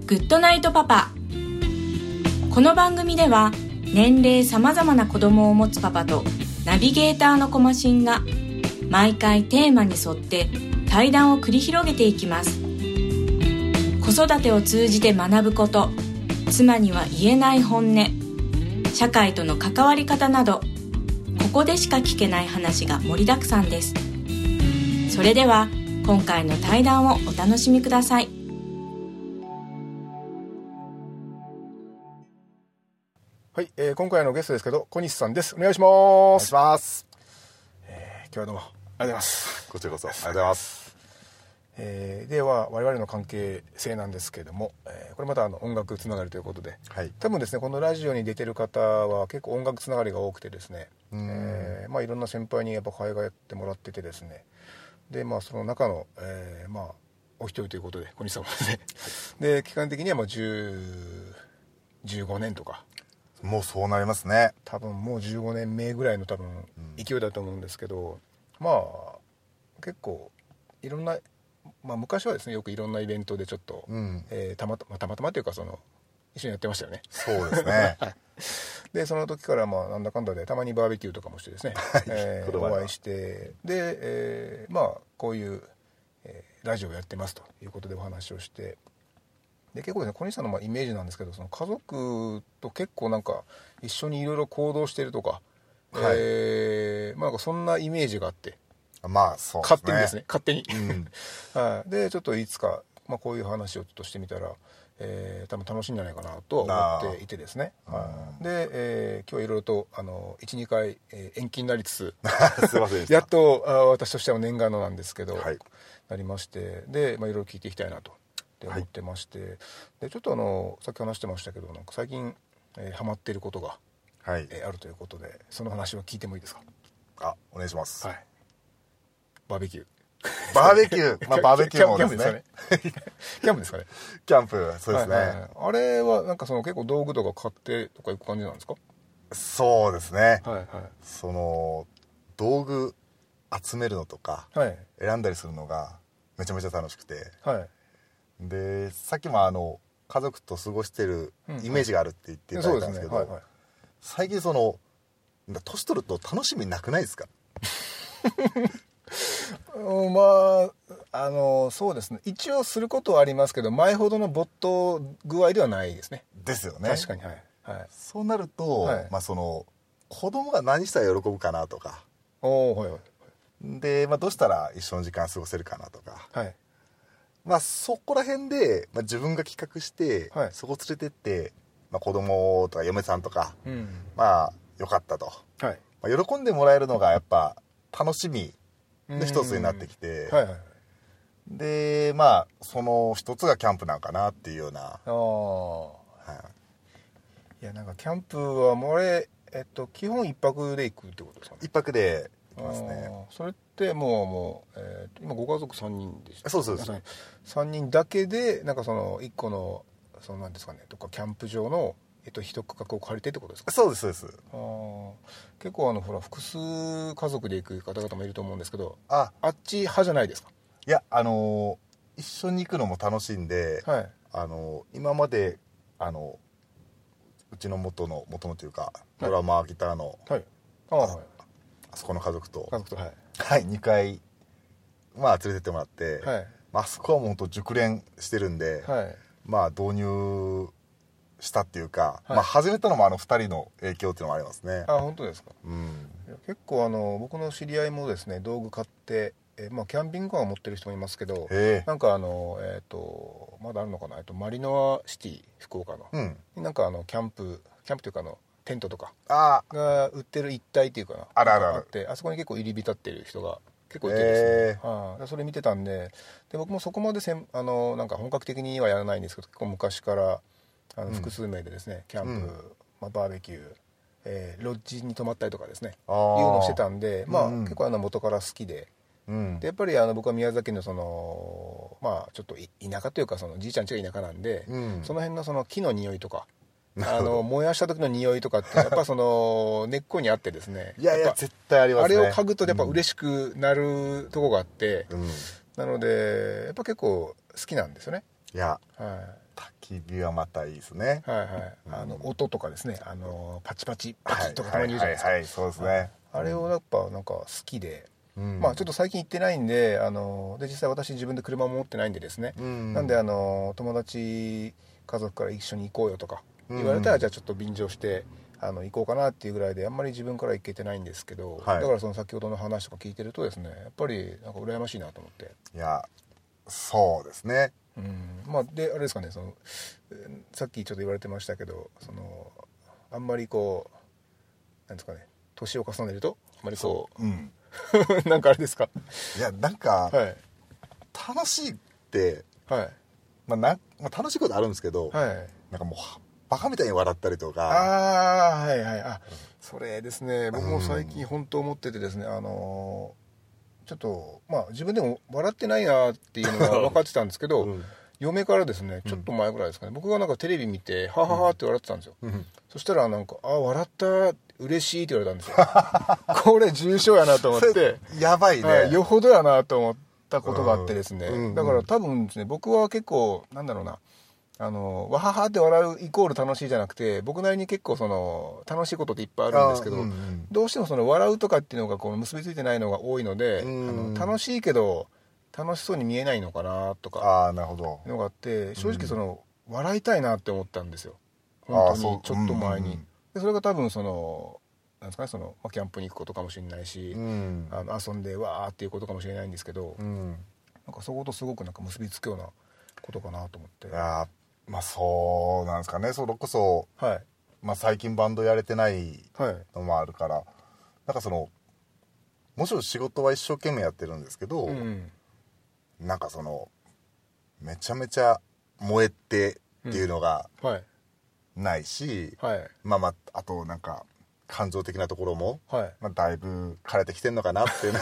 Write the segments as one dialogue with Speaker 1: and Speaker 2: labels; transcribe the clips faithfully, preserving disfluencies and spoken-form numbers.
Speaker 1: グッドナイトパパ。この番組では年齢さまざまな子供を持つパパとナビゲーターのコマシンが毎回テーマに沿って対談を繰り広げていきます。子育てを通じて学ぶこと、妻には言えない本音、社会との関わり方など、ここでしか聞けない話が盛りだくさんです。それでは今回の対談をお楽しみください。
Speaker 2: はい、えー、今回のゲストですけど小西さんです。お願いします。
Speaker 3: お願いします、
Speaker 2: えー、今日はどうもありがとうございます。
Speaker 3: こちらこそありがとうございます。
Speaker 2: えー、では我々の関係性なんですけれども、えー、これまたあの音楽つながりということで、はい、多分ですね、このラジオに出てる方は結構音楽つながりが多くてですね、えーまあ、いろんな先輩にやっぱ可愛がってもらっててですね、で、まあ、その中の、えーまあ、お一人ということで小西さんはですね、で期間的にはもうじゅう、じゅうごねんとか、
Speaker 3: もうそうなりますね。
Speaker 2: 多分もうじゅうごねんめぐらいの多分勢いだと思うんですけど、うん、まあ結構いろんな、まあ、昔はですねよくいろんなイベントでちょっと、うんえー、たまたまたまたまというかその一緒にやってましたよね。
Speaker 3: そうですね
Speaker 2: でその時からまあなんだかんだでたまにバーベキューとかもしてですね、えー、お会いしてで、えー、まあこういう、えー、ラジオをやってますということでお話をして、で結構ですね小西さんのまあイメージなんですけど、その家族と結構なんか一緒にいろいろ行動してるとか、はい、えー、まあなんかそんなイメージがあって、
Speaker 3: まあそう
Speaker 2: ですね、勝手にですね勝手に、
Speaker 3: うん
Speaker 2: はい、でちょっといつか、まあ、こういう話をちょっとしてみたら、えー、多分楽しいんじゃないかなとは思っていてですね、はい、で、えー、今日いろいろとあの いち,に 回、えー、延期になりつつ
Speaker 3: すいませんでした。
Speaker 2: やっとあ私としては念願のなんですけど、はい、なりまして、で、まあ、いろいろ聞いていきたいなと思ってまして、はい、でちょっとあのさっき話してましたけど、なんか最近、えー、ハマっていることが、はいえー、あるということで、その話を聞いてもいいですか？
Speaker 3: あ、お願いします。
Speaker 2: はい、バーベキュー
Speaker 3: バーベキュー、まあ、バーベキューもですね
Speaker 2: キャンプですかね
Speaker 3: キャンプ、そうですね、はいはいはい、
Speaker 2: あれはなんかその結構道具とか買ってとか行く感じなんですか？
Speaker 3: そうですね、
Speaker 2: はいはい、
Speaker 3: その道具集めるのとか、はい、選んだりするのがめちゃめちゃ楽しくて、はい、でさっきもあの家族と過ごしてるイメージがあるって言っていただいたんですけど、最近その年取ると楽しみなくないですか？
Speaker 2: まああのそうですね、一応することはありますけど、前ほどの没頭具合ではないですね。
Speaker 3: ですよね。
Speaker 2: 確かに、はいはい、そう
Speaker 3: なると、はい、まあその子供が何したら喜ぶかなとか、
Speaker 2: お、はいはい、
Speaker 3: で、まあ、どうしたら一緒の時間過ごせるかなとか、はい、まあそこら辺で、まあ、自分が企画して、はい、そこ連れてって、まあ、子供とか嫁さんとか、うん、まあよかったと、はいまあ、喜んでもらえるのがやっぱ楽しみの一つになってきて、はいはい、でまあその一つがキャンプなんかなっていうような。あ、はい、
Speaker 2: いやなんかキャンプはもう俺、えっと、基本一泊で行くってことですかね？
Speaker 3: 一泊で行きますね。
Speaker 2: それってもうもう、えー、今ご家族さんにんでした。
Speaker 3: そうそうそう、
Speaker 2: さんにんだけでなんかそのいっこのそのなんですかね、とかキャンプ場のえっと、一区画を借りてってことですか？
Speaker 3: そうですそうです。あ、
Speaker 2: 結構あのほら複数家族で行く方々もいると思うんですけど、ああっち派じゃないですか？
Speaker 3: いや、あのー、一緒に行くのも楽しいんで、はい、あのー、今まであのうちの元の元のというかドラマーギターの、はい、あ, あ, はい、あそこの家族と
Speaker 2: 家族と、はい
Speaker 3: はい、にかい、まあ、連れてってもらって、はいまあそこはもう本当熟練してるんで、はい、まあ導入したっていうか、はいまあ、始めたのもあのふたりの影響っていうのもありますね。
Speaker 2: あ、本当ですか？うん、結構あの僕の知り合いもですね、道具買って、えまあ、キャンピングカーを持ってる人もいますけど、なんかあの、えー、とまだあるのかな、えっとマリノアシティ福岡の、うん、なんかあのキャンプキャンプというかあのテントとかが売ってる一帯っていうかな、
Speaker 3: あららら
Speaker 2: あって、あそこに結構入り浸ってる人が結構いてですね、はあ、それ見てたんで、で僕もそこまでせんあのなんか本格的にはやらないんですけど、結構昔からあの複数名でですね、うん、キャンプ、うんまあ、バーベキュー、えー、ロッジに泊まったりとかですね、いうのをしてたんで、まあ、うん、結構あの元から好きで、うん、でやっぱりあの僕は宮崎のそのまあちょっと田舎というか、そのじいちゃん家が田舎なんで、うん、その辺のその木の匂いとか、あの燃やした時の匂いとかってやっぱその根っこにあってですね
Speaker 3: いやいや絶対ありますね。
Speaker 2: あれを嗅ぐとやっぱ嬉しくなるとこがあって、うん、なのでやっぱ結構好きなんですよね。
Speaker 3: いや、
Speaker 2: は
Speaker 3: 焚き火はまたいいですね。
Speaker 2: はいはい、あの音とかですね、あのパチパチパチッとかたまに言うじゃないですか。
Speaker 3: はいはいはい、そうですね。
Speaker 2: あれをやっぱなんか好きで、うん、まあちょっと最近行ってないんで、あので実際私自分で車も持ってないんでですね、うん、なんであの友達家族から一緒に行こうよとか言われたら、うん、じゃあちょっと便乗してあの行こうかなっていうぐらいで、あんまり自分から行けてないんですけど、はい、だからその先ほどの話とか聞いてるとですね、やっぱりなんか羨ましいなと思って。
Speaker 3: いやそうですね、
Speaker 2: うん、まあであれですかね、そのさっきちょっと言われてましたけど、そのあんまりこうなんですかね、年を重ねるとあんまりこう、うん、なんかあれですか。
Speaker 3: いやなんか、はい、楽しいって、はい、まあ、なまあ楽しいことあるんですけど、はい、なんかもうバカみたいに笑ったりとか。
Speaker 2: ああはいはい、あ、それですね、僕も最近本当思っててですね、あのちょっとまあ自分でも笑ってないなっていうのが分かってたんですけど、うん、嫁からですね、ちょっと前ぐらいですかね、うん、僕がなんかテレビ見てはははって笑ってたんですよ、うん、そしたらなんかあ笑った嬉しいって言われたんですよこれ重症やなと思って
Speaker 3: やばいね、
Speaker 2: はい、よほどやなと思ったことがあってですね、うん、だから多分ですね、僕は結構なんだろうな、あのわははって笑うイコール楽しいじゃなくて、僕なりに結構その楽しいことっていっぱいあるんですけど、うんうん、どうしてもその笑うとかっていうのがこう結びついてないのが多いので、うん、あの楽しいけど楽しそうに見えないのかなとかのがあって、正直その、うん、笑いたいなって思ったんですよ、本当にちょっと前に、うんうん、でそれが多分そのなんですかね、その、まあ、キャンプに行くことかもしれないし、うん、あの遊んでわーっていうことかもしれないんですけど、うん、なんかそことすごくなんか結びつくようなことかなと思って。
Speaker 3: いやまあそうなんですかね、それこそ、はい、まあ、最近バンドやれてないのもあるから、はい、なんかそのもちろん仕事は一生懸命やってるんですけど、うん、なんかそのめちゃめちゃ燃えてっていうのがないし、うんはい、まあまああとなんか感情的なところも、はい、まあ、だいぶ枯れてきてんのかなっていう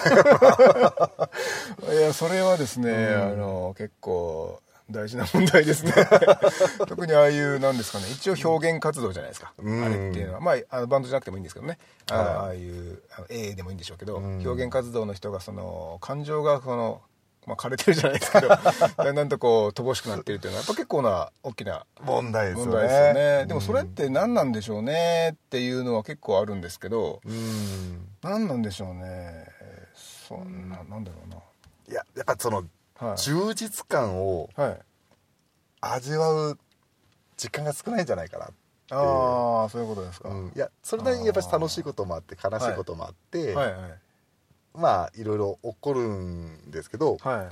Speaker 2: いやそれはですね、うん、あの結構大事な問題ですね特にああいうなんですかね、一応表現活動じゃないですか、うん、あれっていうのは、まあ、あのバンドじゃなくてもいいんですけどね、あ, ああいうあの A でもいいんでしょうけど、うん、表現活動の人がその感情がその、まあ、枯れてるじゃないですけどだんだんとこう乏しくなってるっていうのはやっぱ結構な大きな
Speaker 3: 問題ですよね。
Speaker 2: 問題ですよね。でもそれって何なんでしょうねっていうのは結構あるんですけど、うん、何なんでしょうね、そんな、なんだろうな、
Speaker 3: いややっぱその、はい、充実感を、はい、味わう時間が少ないんじゃないかなっていう。
Speaker 2: ああそういうことですか、
Speaker 3: うん、いやそれなりにやっぱり楽しいこともあって悲しいこともあって、はいはいはい、まあいろいろ起こるんですけど、はい、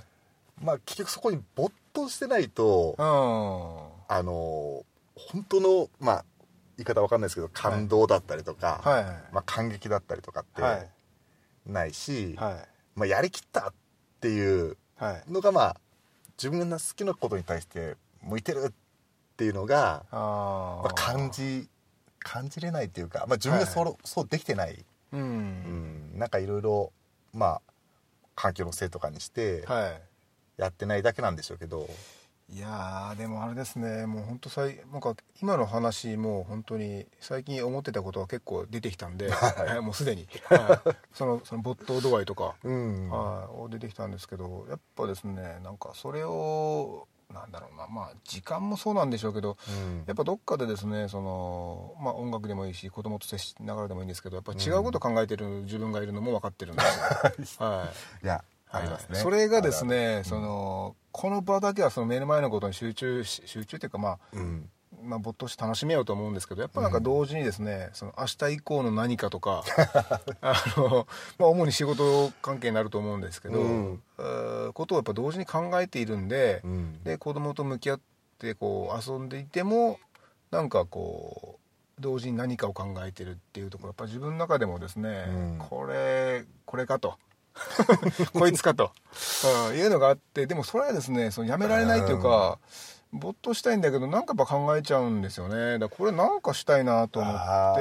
Speaker 3: まあ結局そこに没頭してないと、あの本当のまあ言い方わかんないですけど感動だったりとか、はいはいはい、まあ、感激だったりとかってないし、はい、まあ、やりきったっていうのがまあ自分の好きなことに対して向いてるっていうのがあ、まあ、感じ感じれないっていうか、まあ、自分がそ、はい、そうできてない、うんうん、なんかいろいろまあ環境のせいとかにしてやってないだけなんでしょうけど、はい、
Speaker 2: いやでもあれですね、もう本当さいなんか今の話も本当に最近思ってたことは結構出てきたんで、はい、もうすでに、はい、そのその没頭度合いとか、うん、はい、出てきたんですけど、やっぱですね、なんかそれをなんだろうな、まあ時間もそうなんでしょうけど、うん、やっぱどっかでですね、そのまあ音楽でもいいし子供と接しながらでもいいんですけど、やっぱ違うこと考えてる自分がいるのも分かってるんですよ、はい、
Speaker 3: いやありますね、
Speaker 2: それがですね、その、うん、この場だけはその目の前のことに集中し集中というか、まあ、うん、まあ、没頭して楽しめようと思うんですけど、やっぱなんか同時にですね、その明日以降の何かとかあの、まあ、主に仕事関係になると思うんですけど、うん、ことをやっぱ同時に考えているんで、うん、で子供と向き合ってこう遊んでいてもなんかこう同時に何かを考えてるっていうところ、やっぱ自分の中でもですね、うん、これこれかとこいつかと、うん、いうのがあって、でもそれはですね、そのやめられないというか、没頭したいんだけどなんかやっぱ考えちゃうんですよね。だからこれなんかしたいなと思って、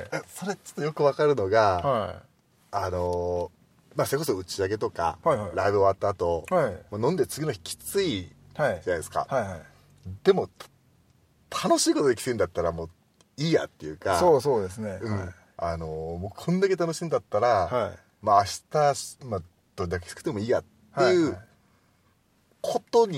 Speaker 3: それちょっとよくわかるのが、はい、あのまあそれこそ打ち上げとか、はいはい、ライブ終わった後、はい、もう飲んで次の日きついじゃないですか、はいはいはい、でも楽しいことできてるんだったらもういいやっていうか、
Speaker 2: そうそうですね、うん、
Speaker 3: はい、あのもうこんだけ楽しいんだったら、はい、まあ明日、まあ、どれだけ少なくてもいいやっていうことに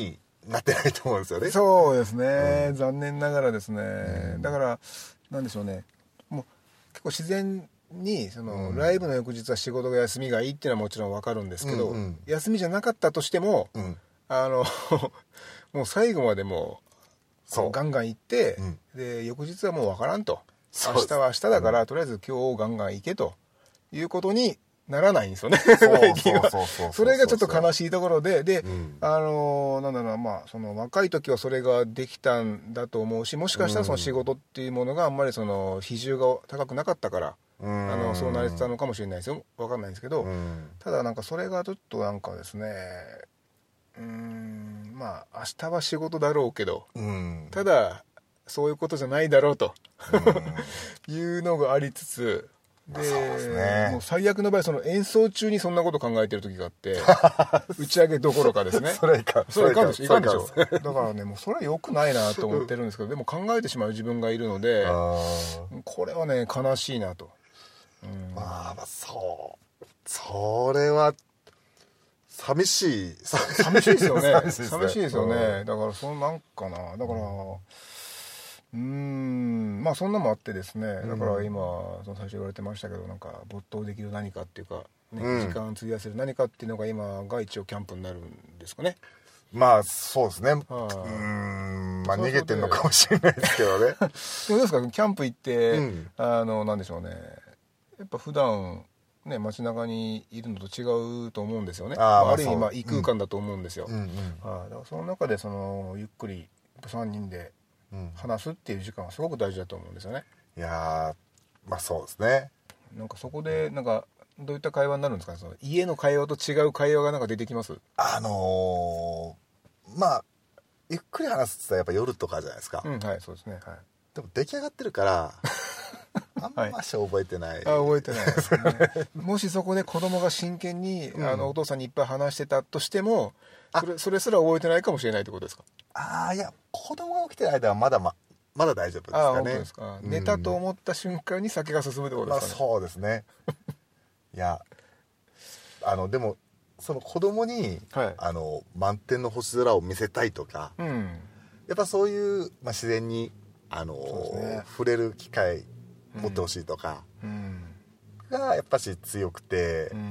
Speaker 3: なってないと思うんですよね。
Speaker 2: そうですね、うん、残念ながらですね、うん、だからなんでしょうね、もう結構自然にその、うん、ライブの翌日は仕事が休みがいいっていうのはもちろん分かるんですけど、うんうん、休みじゃなかったとしても、うん、あのもう最後までもうガンガン行って、うん、で翌日はもう分からんと、明日は明日だから、うん、とりあえず今日ガンガン行けということにならないんですよね。それがちょっと悲しいところで、で、うん、あのなんだろう、まあその若い時はそれができたんだと思うし、もしかしたらその仕事っていうものがあんまりその比重が高くなかったから、うん、あのそうなれてたのかもしれないですよ。わかんないんですけど、うん、ただなんかそれがちょっとなんかですね、うーん、まあ明日は仕事だろうけど、うん、ただそういうことじゃないだろうと、うん、いうのがありつつ。で、そうですね、もう最悪の場合その演奏中にそんなこと考えてる時があって打ち上げどころかですね
Speaker 3: それいかん
Speaker 2: それいかんでしょいかんでしょだからね、もうそれは良くないなと思ってるんですけど、でも考えてしまう自分がいるので、これはね悲しいなと、
Speaker 3: うん、まあまあそうそれは寂しい
Speaker 2: 寂しいですよね寂しいですね、寂しいですよね、だからそのなんかな、だからうーん、まあそんなもあってですね、だから今その最初言われてましたけど、なんか没頭できる何かっていうか、ね、うん、時間費やせる何かっていうのが今が一応キャンプになるんですかね。
Speaker 3: まあそうですね、はあ、うーん、まあ逃げてんのかもしれないですけどね。
Speaker 2: どうですか、キャンプ行って、うん、あのなんでしょうね、やっぱ普段ね街中にいるのと違うと思うんですよね。あ、まあ、ある意味まあ異空間だと思うんですよ。うんうんうん、はあ、だからその中でそのゆっくりさんにんで話すっていう時間はすごく大事だと思うんですよね。
Speaker 3: いやー、まあそうですね。
Speaker 2: なんかそこでなんかどういった会話になるんですかね、その家の会話と違う会話がなんか出てきます？
Speaker 3: あのー、まあゆっくり話すって言ったらやっぱ夜とかじゃないですか。
Speaker 2: うん、はい、そうですね、はい。
Speaker 3: でも出来上がってるからあんまし覚えてない、はい、あ、
Speaker 2: 覚えてないですねもしそこで子供が真剣に、うん、あのお父さんにいっぱい話してたとしても、それ、それすら覚えてないかもしれないってことですか？
Speaker 3: ああ、いや、子供が起きてる間はまだままだ大丈夫ですかね。あ、本当ですか、
Speaker 2: うん、寝たと思った瞬間に酒が進むってことですかね。
Speaker 3: まあ、そうですねいや、あのでもその子供に、はい、あの満天の星空を見せたいとか、うん、やっぱそういう、まあ、自然にあの、ね、触れる機会持ってほしいとか、うん、がやっぱし強くて、うんうん、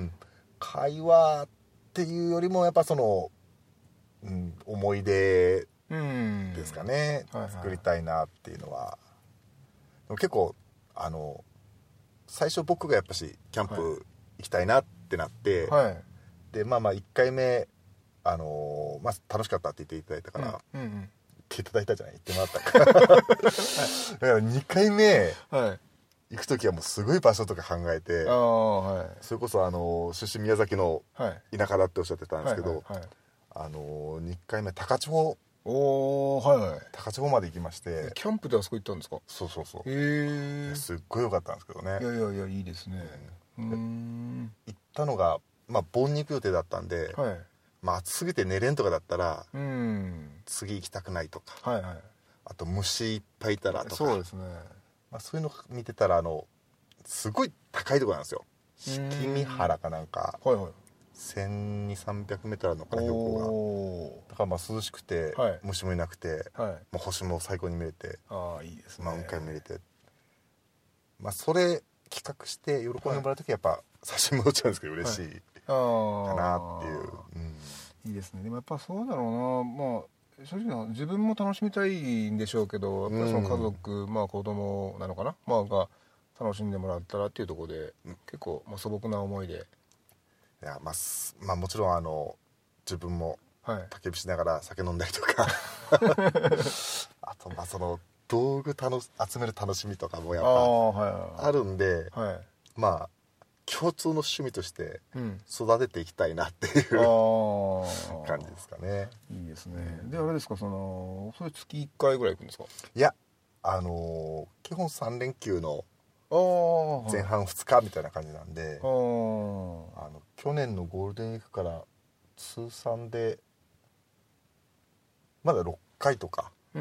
Speaker 3: 会話っていうよりもやっぱその、うん、思い出ですかね、うん、はいはい、作りたいなっていうのは。でも結構あの最初僕がやっぱしキャンプ行きたいなってなって、はい、でまあまあいっかいめあのーまあ、楽しかったって言っていただいたから、うんうんうん、言っていただいたじゃない言ってもらったから、はい、だからにかいめ、はい、行く時はもうすごい場所とか考えて、あ、はい、それこそあの出身宮崎の田舎だっておっしゃってたんですけど、はいはいはい、あのにかいめ高千穂、お、はいはい、高千穂まで行きまして。
Speaker 2: キャンプであそこ行ったんですか？
Speaker 3: そうそうそう。へえ。すっごい良かったんですけどね。
Speaker 2: いやいやいや、いいですね。うん、うーん、
Speaker 3: 行ったのがまあ盆に行く予定だったんで、はい、まあ暑すぎて寝れんとかだったら、うん、次行きたくないとか、はいはい、あと虫いっぱいいたらとか、
Speaker 2: そうですね、
Speaker 3: まあ、そういうの見てたらあのすごい高いところなんですよ。式見原かなんか、はいはい、せんにひゃく、さんびゃくメートルあるのかな、標高が。だからまあ涼しくて、はい、虫もいなくて、はい、もう星も最高に見れて、あ、いいですね、満開見れて、まあ、それ企画して喜んでもらうときはやっぱ差し戻っちゃうんですけど嬉しい、はい、かなっていう、うん、
Speaker 2: いいですね。でもやっぱそうだろうな、まあ正直な自分も楽しみたいんでしょうけど、やっぱりその家族、うん、まあ子供なのかな、まあが楽しんでもらったらっていうところで、うん、結構、まあ、素朴な思いで、
Speaker 3: いや、まあ、まあもちろんあの自分も焚き火しながら酒飲んだりとか、はい、あとまあその道具楽集める楽しみとかもやっぱあるんで、はいはい、まあ共通の趣味として育てていきたいなっていう、うん、感じですかね。
Speaker 2: いいですね。であれですか、そのそれ月いっかいぐらい行くんですか？
Speaker 3: いや、あのー、基本さん連休の前半ふつかみたいな感じなんで、あの去年のゴールデンウィークから通算でまだろっかいとか、うん、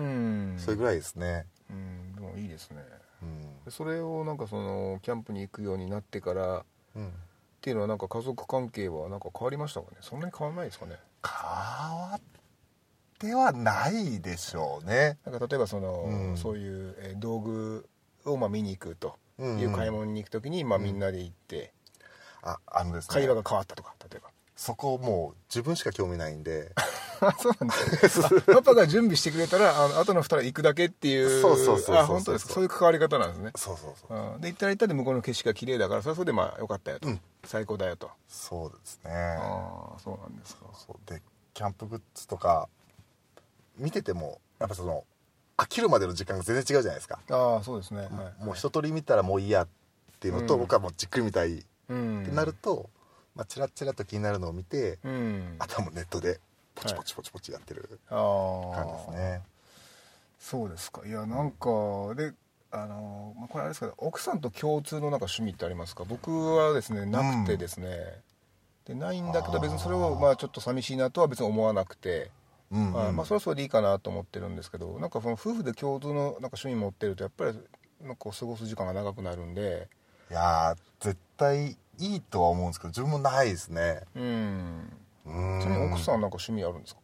Speaker 3: それぐらいですね。
Speaker 2: うん、でもいいですね、うん、それをなんかそのキャンプに行くようになってから、うん、っていうのはなんか家族関係はなんか変わりましたかね？そんなに変わらないですかね？
Speaker 3: 変わっではないでしょうね。
Speaker 2: なんか例えばその、うん、そういう、えー、道具をまあ見に行くという買い物に行くときに、まあ、みんなで行って、
Speaker 3: うん、ああのですね、
Speaker 2: 会話が変わったとか、例えば
Speaker 3: そこもう自分しか興味ないんで
Speaker 2: そうなんですよパパが準備してくれたらあの後のふたり行くだけっていう、
Speaker 3: そうそうそうそう、
Speaker 2: あ本当ですか、そういう関わり方なんですね。
Speaker 3: そうそうそう、
Speaker 2: うん、で行ったら行ったで向こうの景色が綺麗だからそれはそれでまあよかったよと、うん、最高だよと。
Speaker 3: そうですね。
Speaker 2: ああそうなんですか。
Speaker 3: そうでキャンプグッズとか見ててもやっぱその飽きるまでの時間が全然違うじゃないですか。
Speaker 2: ああそうですね、はい、
Speaker 3: もう一通り見たらもういいやっていうのと、うん、僕はもうじっくり見たいってなると、うん、まあ、チラチラと気になるのを見て、うん、あとはもうネットでポチポチポチポチやってる感じですね、はい、
Speaker 2: そうですか。いやなんかであの、まあ、これあれですけど奥さんと共通のなんか趣味ってありますか？僕はですねなくてですね、うん、でないんだけど別にそれをまあちょっと寂しいなとは別に思わなくて、うんうん、まあ、まあそれはそれでいいかなと思ってるんですけど、なんかその夫婦で共通のなんか趣味持ってるとやっぱりなんか過ごす時間が長くなるんで、
Speaker 3: いや絶対いいとは思うんですけど自分もないですね。
Speaker 2: うんうんちなみに奥さんなんか趣味あるんですか？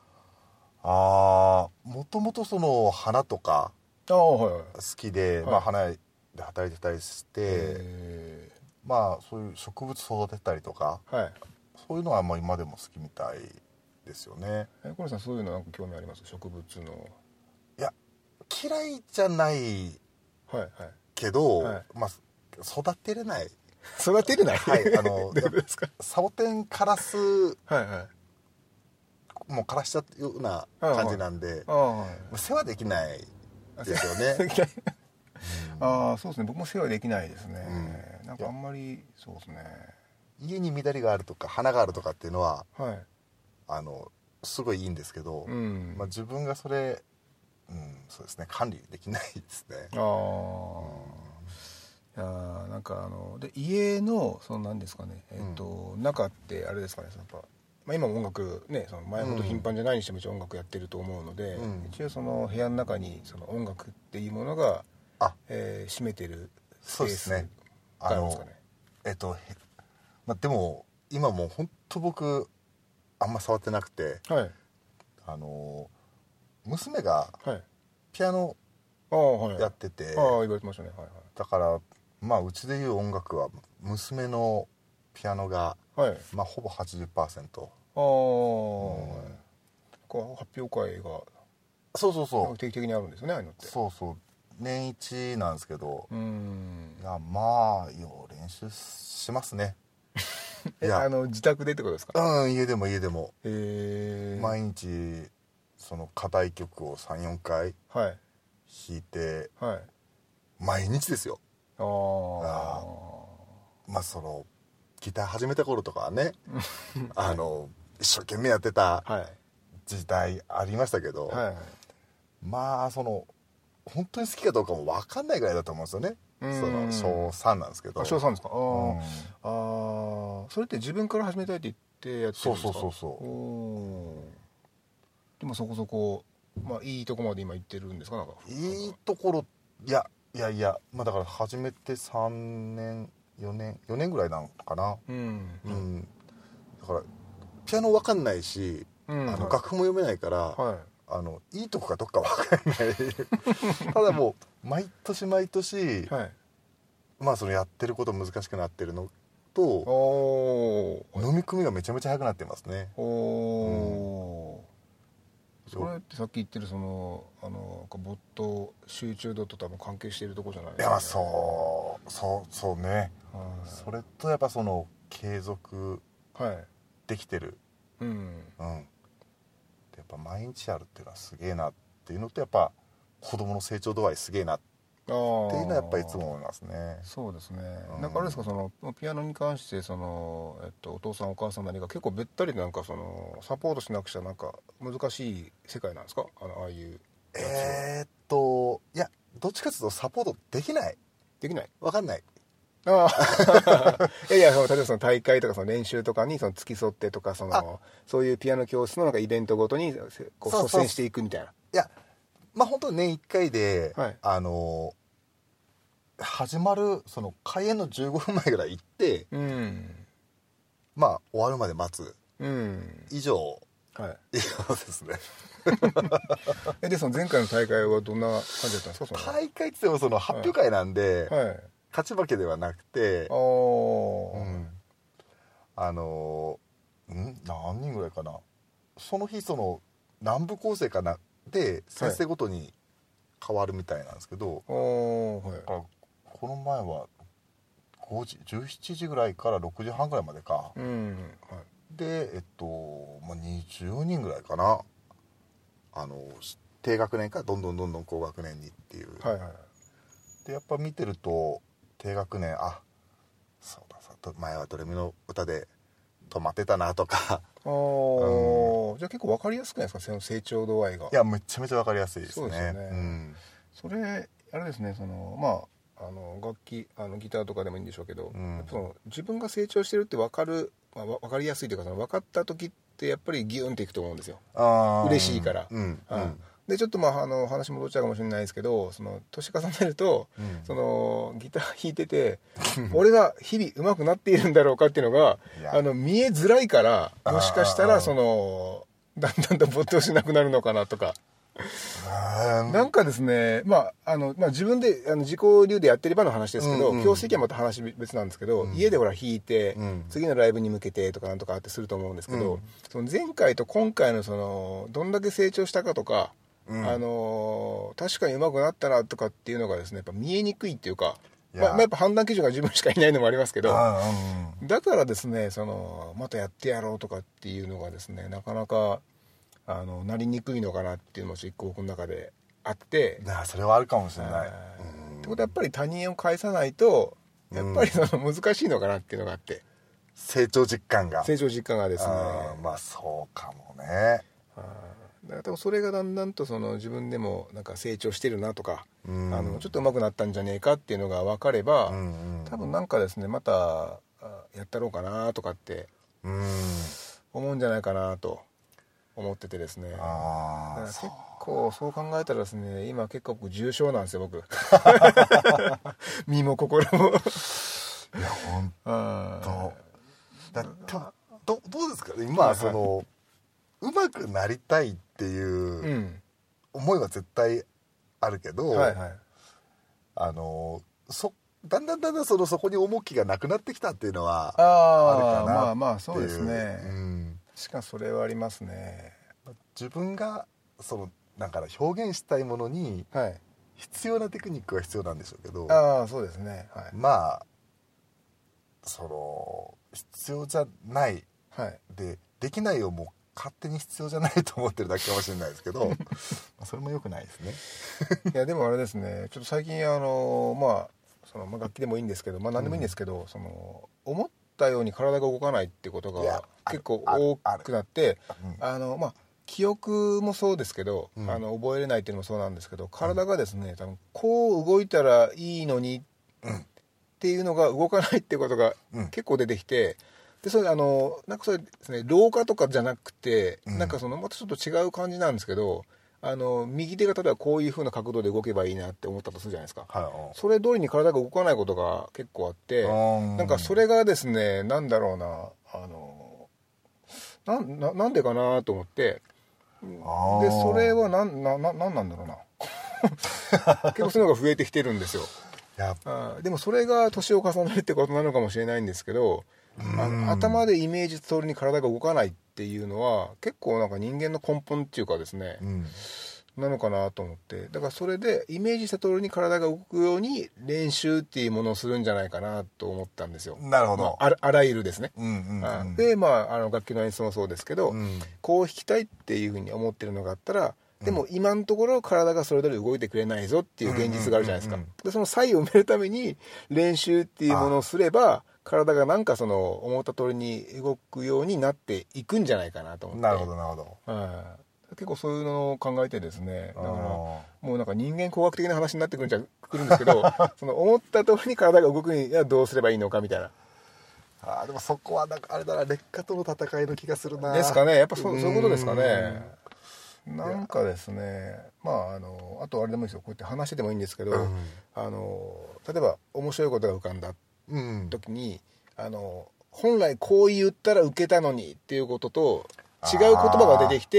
Speaker 3: ああもともとその花とか好きで、はいはい、まあ、花で働いてたりして、まあそういう植物育てたりとか、はい、そういうのはもう今でも好きみたいですよね。
Speaker 2: え小西さんそういうのなんか興味あります？植物の。
Speaker 3: いや嫌いじゃないけど、はいはい、まあ育てれない
Speaker 2: 育てれない
Speaker 3: はいあのサボテン枯らす、はいはい、もう枯らしちゃうような感じなんで、はい、世話できないですよね
Speaker 2: うん、ああそうですね僕も世話できないですね、うん、なんかあんまりそうですね
Speaker 3: 家に乱れがあるとか花があるとかっていうのは、はい、あのすごいいいんですけど、うんまあ、自分がそれ、うん、そうですね管理できないですね。ああ、
Speaker 2: うん、いやなんかあので家のその何ですかねえっ、ー、と、うん、中ってあれですかねやっぱまあ、今も音楽ねその前ほど頻繁じゃないにしても一応音楽やってると思うので、うん、一応その部屋の中にその音楽っていうものが、えー、占めてるスペースがあるんですかね。
Speaker 3: えっとまあ、でも今もう本当僕あんま触ってなくて、はい、あの娘がピアノやってて、
Speaker 2: あ、はい、あ言われてましたね、はいはい、
Speaker 3: だからまあうちでいう音楽は娘のピアノが、はいまあ、ほぼ はちじゅっパーセント。ああ、
Speaker 2: うん、発表会が
Speaker 3: そうそうそう
Speaker 2: 定期的にあるんですよねああいうのって。
Speaker 3: そうそう年一なんですけど、うんいやまあよう練習しますね
Speaker 2: いやあの自宅でってことですか？
Speaker 3: うん家でも家でもへえ毎日その課題曲を さんよんかい弾いて、はい、毎日ですよ。ああまあそのギター始めた頃とかはねあの一生懸命やってた時代ありましたけど、はいはい、まあその本当に好きかどうかも分かんないぐらいだと思うんですよね。その小さんなんですけど。
Speaker 2: 小さんですか？あ、うん、あそれって自分から始めたいって言ってやってるんですか？そうそうそうそうでもそこそこ、まあ、いいとこまで今行ってるんですか？なんか
Speaker 3: いいところいやいやいや、まあ、だから始めてさんねんよねんよねんぐらいなのかな、うんうん、だからピアノ分かんないし、うん、あの楽譜も読めないから、はい、あのいいとこかどっか分かんないただもう毎年毎年、はい、まあそのやってること難しくなってるのと飲み込みがめちゃめちゃ早くなってますね。お、
Speaker 2: うん、それってさっき言ってるそのあの没頭集中度と多分関係しているところじゃないですか、ね、
Speaker 3: いやそうそうそうね、はい、それとやっぱその継続できてる、はい、うん、うん、やっぱ毎日やるっていうのはすげえなっていうのとやっぱ子供の成長度合いすげえなっていうのはやっぱりいつも思いますね。
Speaker 2: そうですね、うん、なんかあれですかそのピアノに関してその、えっと、お父さんお母さんなりが結構べったりなんかそのサポートしなくちゃなんか難しい世界なんですか？あのああいうやつ
Speaker 3: えー、っといやどっちかというとサポートできない
Speaker 2: できない
Speaker 3: 分かんない。
Speaker 2: ああいやいや例えばその大会とかその練習とかにその付き添ってとかそのそういうピアノ教室のなんかイベントごとにこう率先していくみたいな。い
Speaker 3: やまあ本当年いっかいで、はい、あの始まるその開演のじゅうごふんまえぐらい行って、うん、まあ終わるまで待つ、うん、以上、はい、以上ですね
Speaker 2: えでその前回の大会はどんな感じだったんですか？その
Speaker 3: 大会って言ってもその発表会なんで、はいはい、勝ち負けではなくて、あ、うん、あのん何人ぐらいかな、その日その南部構成かなで先生ごとに変わるみたいなんですけど、はい、この前はごじじゅうしちじぐらいからろくじはんぐらいまでか、うんはい、でえっと、まあ、にじゅうにんぐらいかな、あの低学年からどんどんどんどん高学年にっていう、はいはい、でやっぱ見てると低学年、あそうだそうだ前はドレミの歌で止まってたなとかあ、
Speaker 2: うん、じゃあ結構分かりやすくないですか、その成長度合いが。
Speaker 3: いやめちゃめちゃ分かりやすいですね。そうですよね、
Speaker 2: うん、それあれですね、そのまああの楽器あのギターとかでもいいんでしょうけど、うん、その自分が成長してるって分かる、まあ、分かりやすいというか、その分かった時ってやっぱりギューンっていくと思うんですよ。あ嬉しいから、うんうんうん、でちょっとまああの話戻っちゃうかもしれないですけど、その年重ねると、うん、そのギター弾いてて俺が日々上手くなっているんだろうかっていうのがあの見えづらいから、もしかしたらそのだんだんと没頭しなくなるのかなとか。なんかですね、まああのまあ、自分であの自己流でやってればの話ですけど、うんうん、教室はまた話別なんですけど、うん、家でほら弾いて、うん、次のライブに向けてとかなんとかあってすると思うんですけど、うん、その前回と今回のそのどんだけ成長したかとか、うん、あの確かに上手くなったなとかっていうのがですね、やっぱ見えにくいっていうか、まあ、まあやっぱ判断基準が自分しかいないのもありますけど、うん、だからですね、そのまたやってやろうとかっていうのがですね、なかなかあのなりにくいのかなっていうのも一個僕の中であって、
Speaker 3: いやそれはあるかもしれない。
Speaker 2: ってことはやっぱり他人を介さないとやっぱりその難しいのかなっていうのがあって、
Speaker 3: 成長実感が
Speaker 2: 成長実感がですね、
Speaker 3: あまあそうかもね。
Speaker 2: あだから多分それがだんだんとその自分でもなんか成長してるなとか、うん、あのちょっと上手くなったんじゃねえかっていうのが分かれば、うんうん、多分なんかですねまたやったろうかなとかって思うんじゃないかなと思っててですね。あだから結構そう考えたらですね、今結構重症なんですよ僕身も心もい
Speaker 3: や本当だどどうですかね今、はい、その上手くなりたいっていう思いは絶対あるけど、はいはい、あのそだんだんだんだんそのそこに重きがなくなってきたっていうのはあるかなっていう。
Speaker 2: まあまあそうですね、うん、しかもそれはありますね。
Speaker 3: 自分がそのなんか表現したいものに必要なテクニックは必要なんでしょうけど、
Speaker 2: ああそうですね、はい、
Speaker 3: まあその必要じゃない、はい、でできないをもう勝手に必要じゃないと思ってるだけかもしれないですけどそれも良くないですね
Speaker 2: いやでもあれですね、ちょっと最近あのまあその、まあ、楽器でもいいんですけど、まあ何でもいいんですけど、うん、その思ったように体が動かないってことが結構多くなって、うん、あのまあ記憶もそうですけど、うん、あの覚えれないっていうのもそうなんですけど、体がですね、多分こう動いたらいいのにっていうのが動かないっていうことが結構出てきて、でそれあのなんかそれですね、老化とかじゃなくて、うん、なんかそのまたちょっと違う感じなんですけど、あの右手が例えばこういう風な角度で動けばいいなって思ったとするじゃないですか、はい、それ通りに体が動かないことが結構あって、なんかそれがですね、なんだろうな、あの な, な, なんでかなと思って、でそれは何なななんなんだろうな結構そういうのが増えてきてるんですよ。やあでもそれが年を重ねるってことなのかもしれないんですけど、あの頭でイメージ通りに体が動かないっていうのは結構なんか人間の根本っていうかですね、うん、なのかなと思って、だからそれでイメージした通りに体が動くように練習っていうものをするんじゃないかなと思ったんですよ。
Speaker 3: なるほど、ま
Speaker 2: あ、あ, あらゆるですね、うんうんうん、でまあ、あの楽器の演奏もそうですけど、うん、こう弾きたいっていうふうに思ってるのがあったら、でも今のところ体がそれぞれ動いてくれないぞっていう現実があるじゃないですか、うんうんうんうん、でその差異を埋めるために練習っていうものをすれば体がなんかその思った通りに動くようになっていくんじゃないかなと思って。
Speaker 3: なるほどなるほど、
Speaker 2: はい、結構そういうのを考えてですね、だからもうなんか人間工学的な話になってくるんじゃくるんですけどその思った通りに体が動くにはどうすればいいのかみたいな。
Speaker 3: あでもそこはなんかあれだな、劣化との戦いの気がするな。
Speaker 2: ですかね、やっぱ そ, そういうことですかね。なんかですね、まああのあとあれでもいいですよ、こうやって話してでもいいんですけど、うん、あの例えば面白いことが浮かんだ時に、うん、あの本来こう言ったら受けたのにっていうことと違う言葉が出てきて、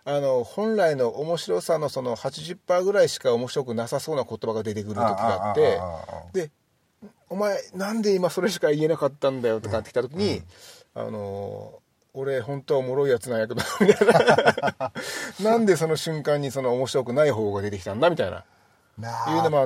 Speaker 2: あの本来の面白さのその はちじゅっパーセント ぐらいしか面白くなさそうな言葉が出てくる時があって、でお前なんで今それしか言えなかったんだよとかってきた時に、うん、あの俺本当はおもろいやつなんやけどみたいななんでその瞬間にその面白くない方が出てきたんだみたいないうのもあって、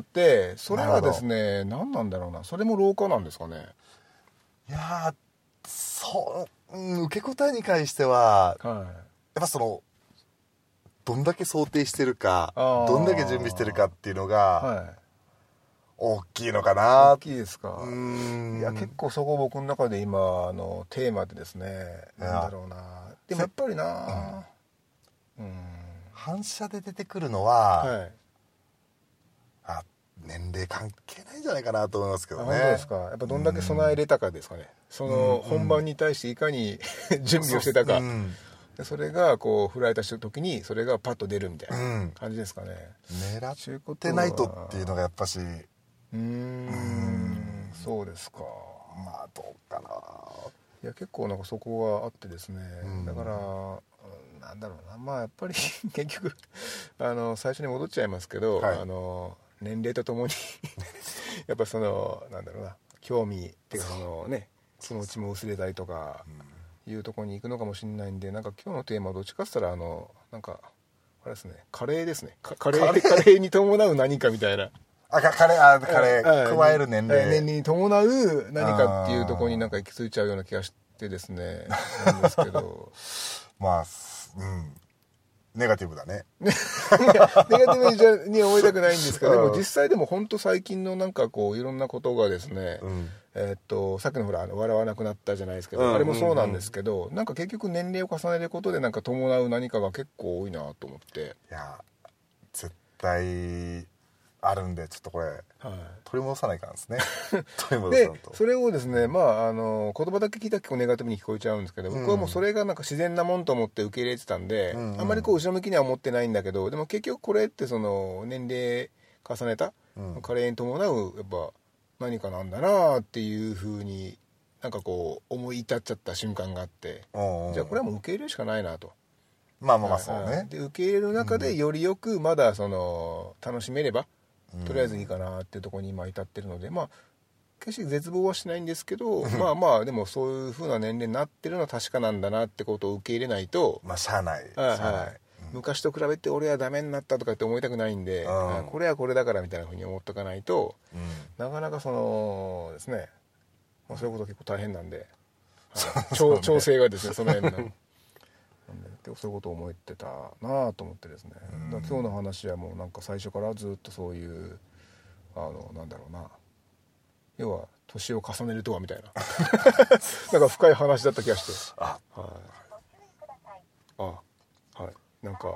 Speaker 2: それはですね何なんだろうな、それも老化なんですかね。
Speaker 3: いやそう、うん、受け答えに関しては、はい、やっぱそのどんだけ想定してるかどんだけ準備してるかっていうのが、はい、大きいのかな。
Speaker 2: 大きいですか。うーん、いや結構そこ僕の中で今あのテーマでですね、なんだろうな、でもやっぱりな、
Speaker 3: うん、反射で出てくるのは、はい、あ年齢関係ないんじゃないかなと思いますけどね。
Speaker 2: 本当ですか。やっぱどんだけ備えれたかですかね、うん、その本番に対していかに準備をしてたか、うん、でそれがこう振られた時にそれがパッと出るみたいな感じですかね、うん、
Speaker 3: 狙ってないとっていうのがやっぱし、う
Speaker 2: ーん、うーんそうですか。
Speaker 3: まあどうかな。
Speaker 2: いや結構なんかそこはあってですね、うん、だからなんだろうな、まあやっぱり結局あの最初に戻っちゃいますけど、はい、あの年齢とともにやっぱそのなんだろうな、興味っていうかそのね気持ちも薄れたりとかいうところに行くのかもしれないんで、なんか今日のテーマはどっちかって言ったらあのなんかあれですね、カレーですね。カレーカレーに伴う何かみたいな。
Speaker 3: あカレーあカレー加える年齢
Speaker 2: 年齢に伴う何かっていうところになんか行き着いちゃうような気がしてですねなんですけど
Speaker 3: まあうんネガティブだね
Speaker 2: ネガティブに思いたくないんですけど、でも実際でも本当最近のなんかこういろんなことがですね、うん、えー、っとさっきのほらあの笑わなくなったじゃないですけど、うんうんうん、あれもそうなんですけど、なんか結局年齢を重ねることでなんか伴う何かが結構多いなと思って。
Speaker 3: いや絶対あるんでちょっとこれ、はい、取り戻さないからですね取り戻さないと。
Speaker 2: でそれをですね、まああの言葉だけ聞いたら結構ネガティブに聞こえちゃうんですけど、僕はもうそれがなんか自然なもんと思って受け入れてたんで、うんうん、あんまりこう後ろ向きには思ってないんだけど、でも結局これってその年齢重ねた、うん、加齢に伴うやっぱ何かなんだなっていうふうになんかこう思い至っちゃった瞬間があって、うんうん、じゃあこれはもう受け入れるしかないなと。
Speaker 3: まあまあまあそうね。
Speaker 2: で受け入れる中でよりよくまだその楽しめれば、うん、とりあえずいいかなっていうところに今至ってるので、まあ決して絶望はしないんですけどまあまあでもそういう風な年齢になってるのは確かなんだなってことを受け入れないと、
Speaker 3: まあしゃあない、
Speaker 2: はいはい、うん、昔と比べて俺はダメになったとかって思いたくないんで、うん、これはこれだからみたいな風に思っとかないと、うん、なかなかそのですね、まあ、そういうこと結構大変なんで、はい、調, 調整がですねその辺のなんで結構そういうことを思ってたなと思ってですね、うん、だから今日の話はもうなんか最初からずっとそういうあのなんだろうな、要は年を重ねるとはみたいななんか深い話だった気がして、あ、はい、あ、はい、なんか、はい、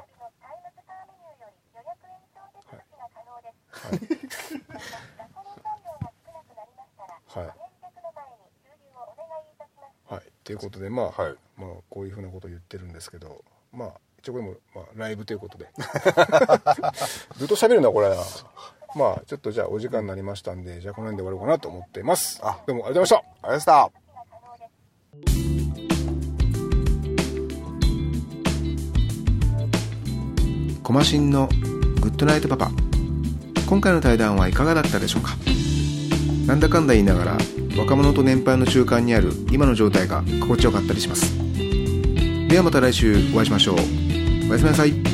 Speaker 2: はいはいはい、ということでまあ、はい、まあこういうふうなことを言ってるんですけど、まあ一応これも、まあ、ライブということでずっと喋るなこれな。まあちょっとじゃあお時間になりましたんで、じゃあこの辺で終わろうかなと思ってます。あ、どうもありがとうございました。
Speaker 3: ありがとうございました。
Speaker 2: コマシンのグッドナイトパパ、今回の対談はいかがだったでしょうか。なんだかんだ言いながら若者と年配の中間にある今の状態が心地よかったりします。ではまた来週お会いしましょう。おやすみなさい。